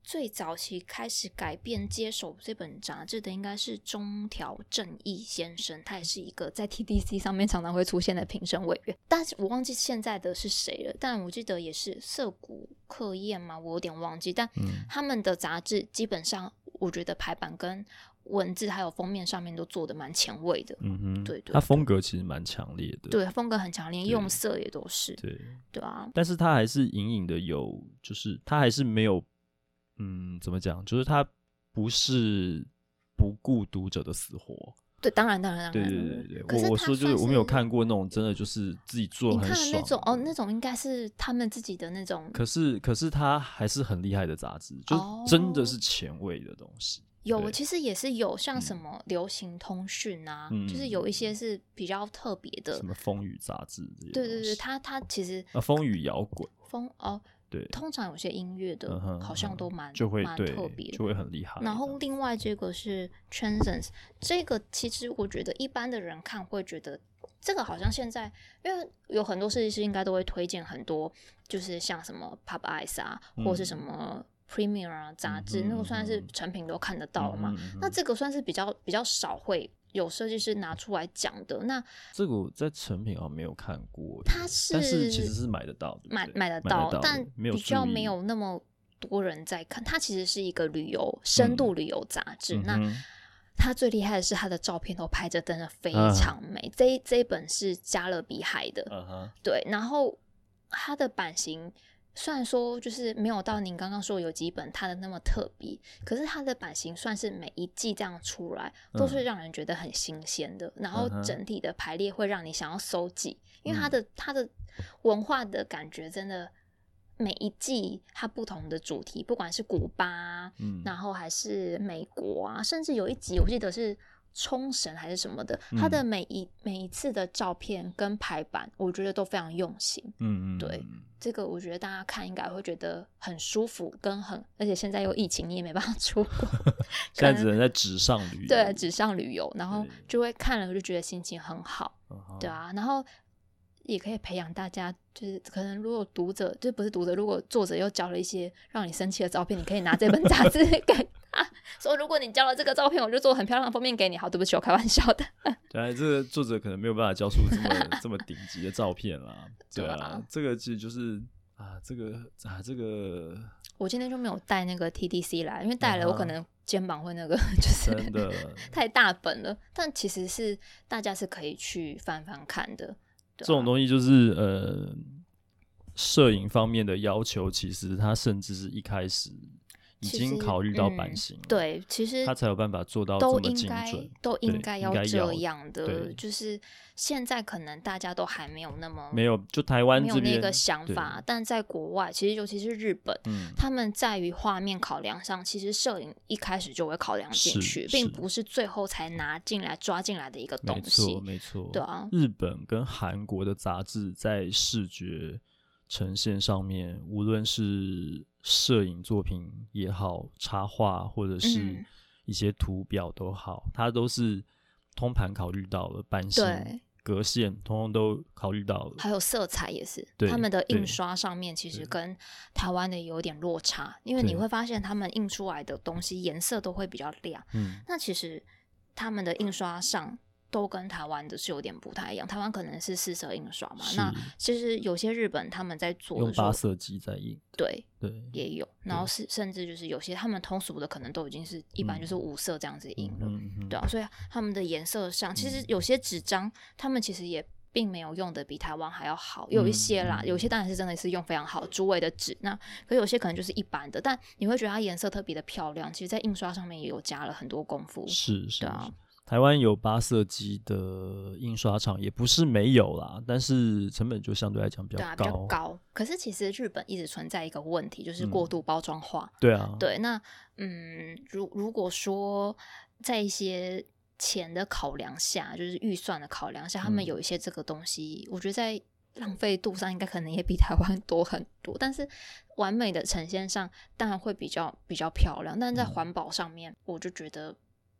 最早期开始改变接手这本杂志的应该是中条正义先生，他也是一个在 T D C 上面常常会出现的评审委员，但是我忘记现在的是谁了，但我记得也是涩谷克彦嘛，我有点忘记，但他们的杂志基本上我觉得排版跟文字还有封面上面都做的蛮前卫的。嗯哼，对 对, 对， 他风格其实蛮强烈的， 对，风格很强烈，用色也都是，对对啊。 但是他还是隐隐的有，就是他还是没有，嗯，怎么讲？就是他不是不顾读者的死活。 对，当然当然当然。 对对对对，我我说就是我没有看过那种真的就是自己做得很爽。 你看的那种哦，那种应该是他们自己的那种。 可是可是他还是很厉害的杂志，就是真的是前卫的东西。哦有，其实也是有像什么流行通讯啊、嗯，就是有一些是比较特别的， 什么风雨杂志这些。 对对对，它它其实啊，风雨摇滚， 风哦，对，通常有些音乐的、嗯、好像都蛮就会蛮特别， 就会很厉害。 然后另外这个是 Transcends， 这个其实我觉得一般的人看会觉得这个好像现在，因为有很多设计师应该都会推荐很多，就是像什么 Pop Eyes 啊，嗯、或是什么。Premiere 啊，杂志、嗯、那个算是成品都看得到了嘛、嗯嗯、那这个算是比较比较少会有设计师拿出来讲的。那这个我在成品好像没有看过， 它是但是其实是买得到的， 买买得到，但比较没有那么多人在看。它其实是一个旅游深度旅游杂志、嗯、那它最厉害的是它的照片都拍着真的非常美、啊、这, 这一本是加勒比海的、啊、对，然后它的版型虽然说就是没有到您刚刚说有几本它的那么特别，可是它的版型算是每一季这样出来都是让人觉得很新鲜的、嗯、然后整体的排列会让你想要收集、嗯、因为它的它的文化的感觉真的每一季它不同的主题，不管是古巴、嗯、然后还是美国啊，甚至有一集我记得是冲绳还是什么的，它的每一、嗯、每一次的照片跟排版我觉得都非常用心。嗯嗯，对，这个我觉得大家看应该会觉得很舒服跟很，而且现在又疫情你也没办法出国现在只能在纸上旅游， 对，纸上旅游，然后就会看了就觉得心情很好，对啊，然后也可以培养大家，就是可能如果读者就不是读者，如果作者又交了一些让你生气的照片，你可以拿这本杂志给他说，如果你交了这个照片，我就做很漂亮的封面给你。好，对不起，我开玩笑的。 对，这个作者可能没有办法交出这么这么顶级的照片啦。对啊，对啊，这个其实就是啊，这个啊，这个我今天就没有带那个 T D C 来，因为带了我可能肩膀会那个就是真的太大本了。但其实是大家是可以去翻翻看的。 这种东西就是呃，摄影方面的要求，其实它甚至是一开始已经考虑到版型、嗯、 对，其实它才有办法做到这么精准， 都应该要这样的。就是现在可能大家都还没有那么没有，就台湾这边没有那个想法，但在国外，其实尤其是日本，嗯、他们在于画面考量上，其实摄影一开始就会考量进去，并不是最后才拿进来抓进来的一个东西。 没错，没错， 对啊。 日本跟韩国的杂志在视觉呈现上面，无论是摄影作品也好，插画或者是一些图表都好，嗯、它都是通盘考虑到了版型、格线，通通都考虑到了。 还有色彩也是，他们的印刷上面其实跟台湾的有点落差，因为你会发现他们印出来的东西颜色都会比较亮，嗯，那其实他们的印刷上都跟台湾的是有点不太一样，台湾可能是四色印刷嘛，那其实有些日本他们在做的时候用八色机在印， 对对，也有，然后是甚至就是有些他们通俗的可能都已经是一般就是五色这样子印了，嗯嗯、对啊，所以他们的颜色上其实有些纸张他们其实也并没有用的比台湾还要好，有一些啦，嗯、有些当然是真的是用非常好竹尾的纸，那可有些可能就是一般的，但你会觉得它颜色特别的漂亮，其实在印刷上面也有加了很多功夫， 是是， 对啊。 台湾有八色机的印刷厂，也不是没有啦，但是成本就相对来讲比较高。 对啊，比较高。可是其实日本一直存在一个问题，就是过度包装化。 嗯、对啊， 对。那嗯，如如果说在一些钱的考量下，就是预算的考量下，他们有一些这个东西，嗯、我觉得在浪费度上应该可能也比台湾多很多，但是完美的呈现上当然会比较比较漂亮，但在环保上面，我就觉得。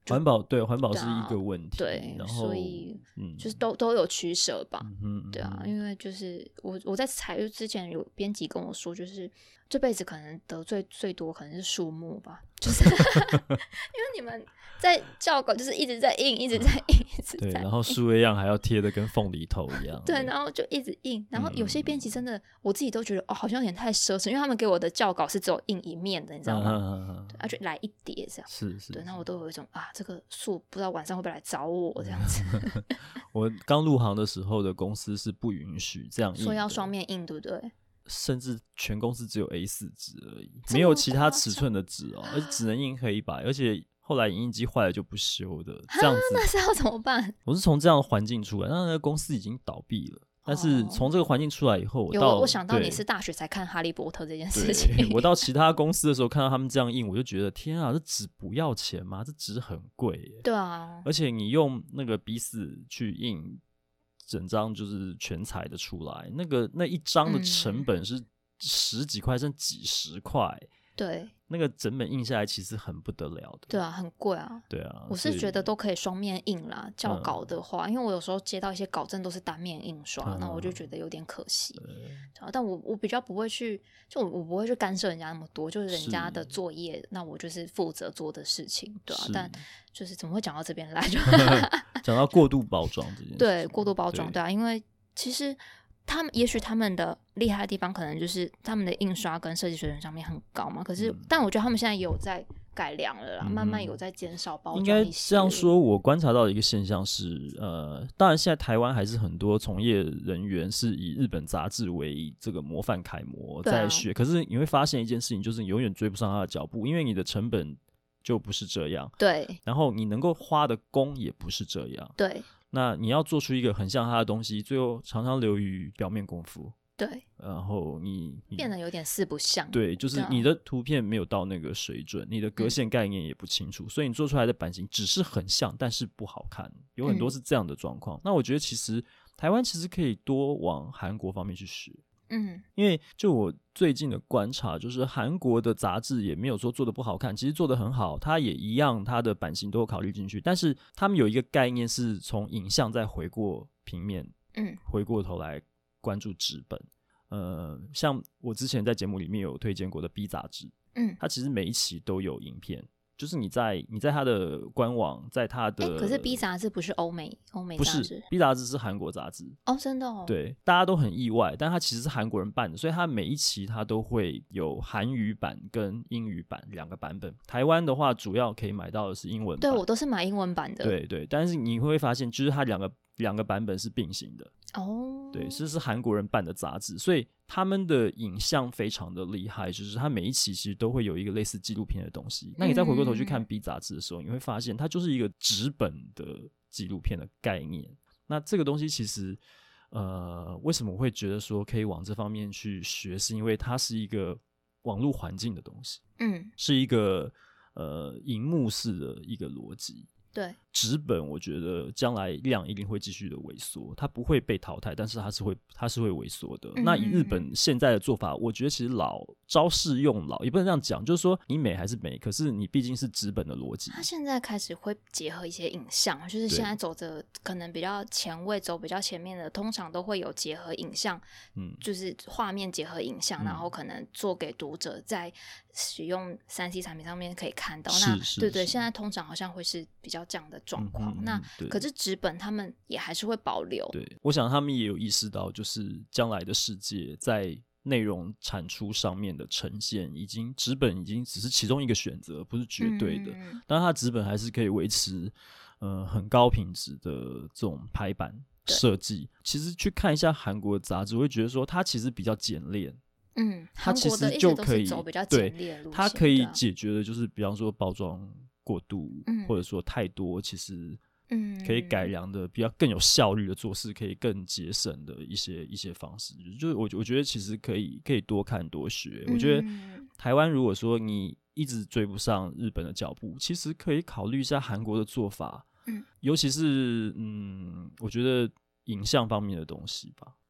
环保对环保是一个问题， 对， 然后所以、 嗯、 就是都都有取舍吧、 嗯哼嗯哼对啊，因为就是我我在采之前有编辑跟我说，就是这辈子可能得罪最多可能是树木吧，就是因为你们在校稿就是一直在印一直在印一直在印， 对，然后数位样还要贴的跟凤梨头一样， 对，然后就一直印，然后有些编辑真的、嗯、我自己都觉得哦，好像有点太奢侈，因为他们给我的校稿是只有印一面的，你知道吗？ 嗯嗯嗯、 对，而且来一叠这样， 是是， 对，那我都有一种啊，这个树不知道晚上会不会来找我这样子。 我刚入行的时候的公司是不允许这样印的， 说要双面印，对不对？ 甚至全公司只有 A 四 纸而已，没有其他尺寸的纸哦，而且只能印黑白，而且后来影印机坏了就不修的，这样子那是要怎么办？ 我是从这样的环境出来，那那个公司已经倒闭了。但是从这个环境出来以后，我到有我想到你是大学才看《哈利波特》这件事情。 我到其他公司的时候，看到他们这样印，我就觉得天啊，这纸不要钱吗？这纸很贵耶。 对啊， 而且你用那个 B 四 去印整张就是全彩的出来，那个那一张的成本是十几块甚至几十块。 对， 那个整本印下来其实很不得了的。 对啊，很贵啊。 对啊， 我是觉得都可以双面印啦，校稿的话、嗯，因为我有时候接到一些稿证都是单面印刷，那、嗯、我就觉得有点可惜。啊、但我我比较不会去，就我不会去干涉人家那么多，就是人家的作业，那我就是负责做的事情，对啊。但就是怎么会讲到这边来？ 讲到过度包装这件事， 对，过度包装，对啊，因为其实。他们也许他们的厉害的地方可能就是他们的印刷跟设计水准上面很高嘛，可是、嗯、但我觉得他们现在也有在改良了啦、嗯、慢慢有在减少包装一些。 应该这样说，我观察到的一个现象是呃，当然现在台湾还是很多从业人员是以日本杂志为这个模范楷模在学、啊、可是你会发现一件事情，就是你永远追不上他的脚步，因为你的成本就不是这样， 对， 然后你能够花的工也不是这样， 对， 那你要做出一个很像他的东西，最后常常流于表面功夫， 对， 然后你, 你变得有点四不像， 对，就是你的图片没有到那个水准，你的格线概念也不清楚、嗯、所以你做出来的版型只是很像但是不好看，有很多是这样的状况、嗯、那我觉得其实台湾其实可以多往韩国方面去学， 嗯， 因为就我最近的观察，就是韩国的杂志也没有说做的不好看，其实做的很好，它也一样，它的版型都有考虑进去，但是他们有一个概念是从影像再回过平面， 嗯， 回过头来关注纸本。呃，像我之前在节目里面有推荐过的 B 杂志， 嗯， 它其实每一期都有影片。就是你在你在它的官网，在它的、 欸、可是 B 杂志不是欧美欧美杂志， 不是 B 杂志是韩国杂志哦，真的哦， 对，大家都很意外，但它其实是韩国人办的，所以它每一期它都会有韩语版跟英语版两个版本。台湾的话，主要可以买到的是英文版， 对我都是买英文版的， 对对，但是你会发现，就是它两个两个版本是并行的哦， 对，这是韩国人办的杂志，所以他们的影像非常的厉害，就是它每一期其实都会有一个类似纪录片的东西。那你再回过头去看 B 杂志的时候，你会发现它就是一个纸本的纪录片的概念。那这个东西其实，呃，为什么我会觉得说可以往这方面去学，是因为它是一个网络环境的东西， 嗯， 是一个呃萤幕式的一个逻辑。 对， 纸本我觉得将来量一定会继续的萎缩，它不会被淘汰，但是它是会它是会萎缩的、嗯、那以日本现在的做法，我觉得其实老招式用老，也不能这样讲，就是说你美还是美，可是你毕竟是纸本的逻辑。 它现在开始会结合一些影像，就是现在走着可能比较前卫走比较前面的，通常都会有结合影像，嗯，就是画面结合影像、嗯、然后可能做给读者在使用 三 C 产品上面可以看到。那是对对，现在通常好像会是比较这样的状况、嗯、那可是纸本他们也还是会保留。 对，我想他们也有意识到，就是将来的世界在内容产出上面的呈现，已经纸本已经只是其中一个选择，不是绝对的。嗯、但它纸本还是可以维持呃很高品质的这种排版设计。其实去看一下韩国的杂志，我会觉得说它其其实比较简练。 嗯， 它其实就可以走比较简练的路线， 它可以解决的就是比方说包装过度、 嗯、 或者说太多，其实嗯可以改良的比较更有效率的做事，可以更节省的一些一些方式。就是我我觉得其实可以可以多看多学、嗯、我觉得台湾如果说你一直追不上日本的脚步，其实可以考虑一下韩国的做法， 嗯， 尤其是嗯我觉得影像方面的东西吧。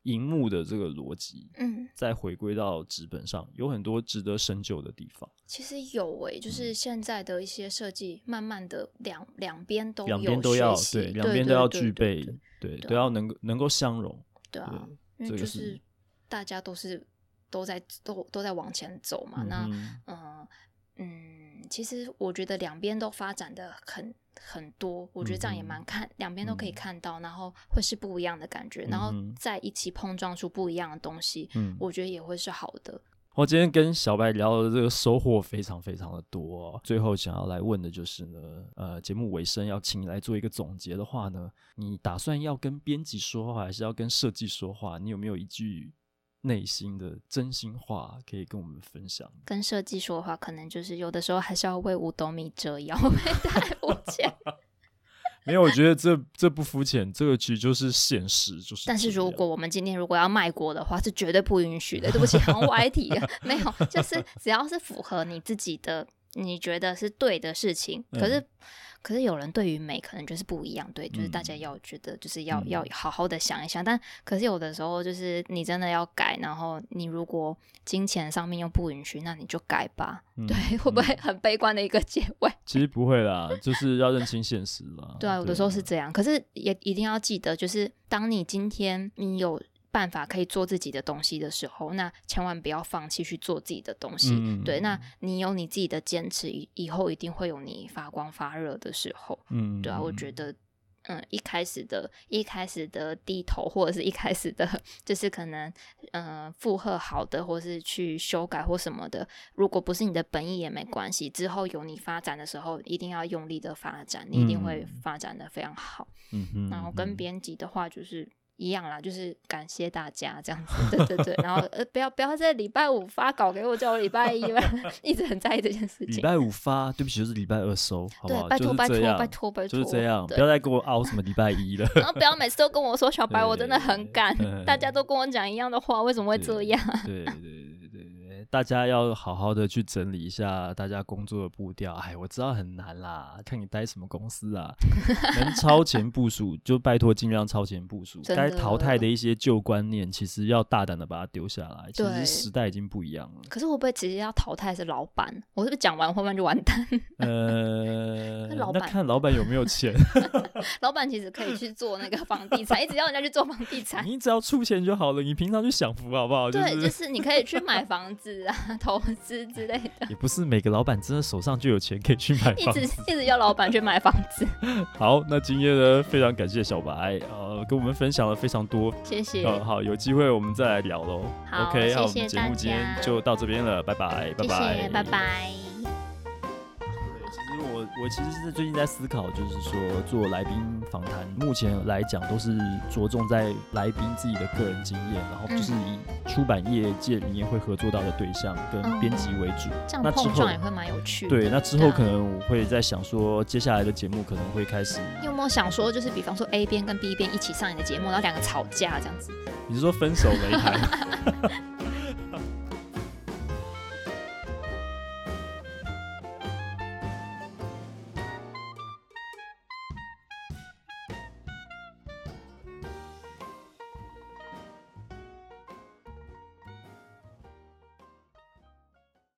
荧幕的这个逻辑， 嗯， 再回归到纸本上，有很多值得深究的地方。 其实有诶、欸，就是现在的一些设计，慢慢的两两边都有两边都要学对，两边都要具备，对，对对对都要能够能够相容。 对啊， 对因为就是大家都是都在都都在往前走嘛。嗯、那嗯、呃、嗯，其实我觉得两边都发展的很很多，我觉得这样也蛮看，两、嗯、边都可以看到，然后会是不一样的感觉，嗯、然后在一起碰撞出不一样的东西，嗯，我觉得也会是好的。 我今天跟小白聊的这个收获非常非常的多、哦，最后想要来问的就是呢，呃，节目尾声要请你来做一个总结的话呢，你打算要跟编辑说话，还是要跟设计说话？你有没有一句内心的真心话可以跟我们分享？ 跟设计说的话，可能就是有的时候还是要为五斗米折腰，会太肤浅。 没有，我觉得这这不肤浅，这个其实就是现实，就是。 但是如果我们今天如果要卖国的话，是绝对不允许的。对不起，好像歪题了。没有，就是只要是符合你自己的，你觉得是对的事情，嗯、可是。可是有人对于美可能就是不一样，对，就是大家要觉得就是要、嗯、要好好的想一想，但可是有的时候就是你真的要改，然后你如果金钱上面又不允许，那你就改吧，嗯、对，会不会很悲观的一个结尾？ 其实不会啦，就是要认清现实啦。 对啊，有的时候是这样，可是也一定要记得，就是当你今天你有办法可以做自己的东西的时候，那千万不要放弃去做自己的东西、嗯、对，那你有你自己的坚持，以后一定会有你发光发热的时候，嗯，对啊，我觉得嗯，一开始的一开始的低头，或者是一开始的就是可能嗯负荷好的，或是去修改或什么的，如果不是你的本意也没关系，之后有你发展的时候一定要用力的发展，你一定会发展的非常好。嗯哼，然后跟编辑的话就是一样啦，就是感谢大家这样子，对对对，然后呃不要不要在礼拜五发稿给我，叫我礼拜一一直很在意这件事情。 礼拜五发，对不起，就是礼拜二收，好不好？ 对，拜托、 就是、 拜托拜托拜托， 就是这样，不要再给我凹什么礼拜一了。 然后不要每次都跟我说小白，我真的很赶，大家都跟我讲一样的话，为什么会这样？ 对对对对对对，大家要好好的去整理一下大家工作的步调。哎，我知道很难啦，看你待什么公司啊，能超前部署就拜托尽量超前部署。该淘汰的一些旧观念，其实要大胆的把它丢下来。其实时代已经不一样了。 可是会不会直接要淘汰是老板？我是不是讲完后面就完蛋？ 呃，那, 那看老板有没有钱。 老板其实可以去做那个房地产，一直要人家去做房地产。 你只要出钱就好了，你平常去享福好不好？ 对， 就是、 就是你可以去买房子啊，投资之类的。 也不是每个老板真的手上就有钱可以去买房子， 一直一直要老板去买房子。 好，那今天呢，非常感谢小白，呃，跟我们分享了非常多， 谢谢。 呃，好，有机会我们再来聊喽。 好 ，OK， 好， 谢谢我们节目今天就到这边了，拜拜，拜拜， 谢谢，拜拜。 我我其实是最近在思考，就是说做来宾访谈，目前来讲都是着重在来宾自己的个人经验，然后就是以出版业界里面会合作到的对象跟编辑为主。 嗯、这样碰撞也会蛮有趣的。 对，那之后可能我会在想说，接下来的节目可能会开始。 你有没有想说，就是比方说 A 编跟 B 编一起上你的节目，然后两个吵架这样子？ 你是说分手擂台？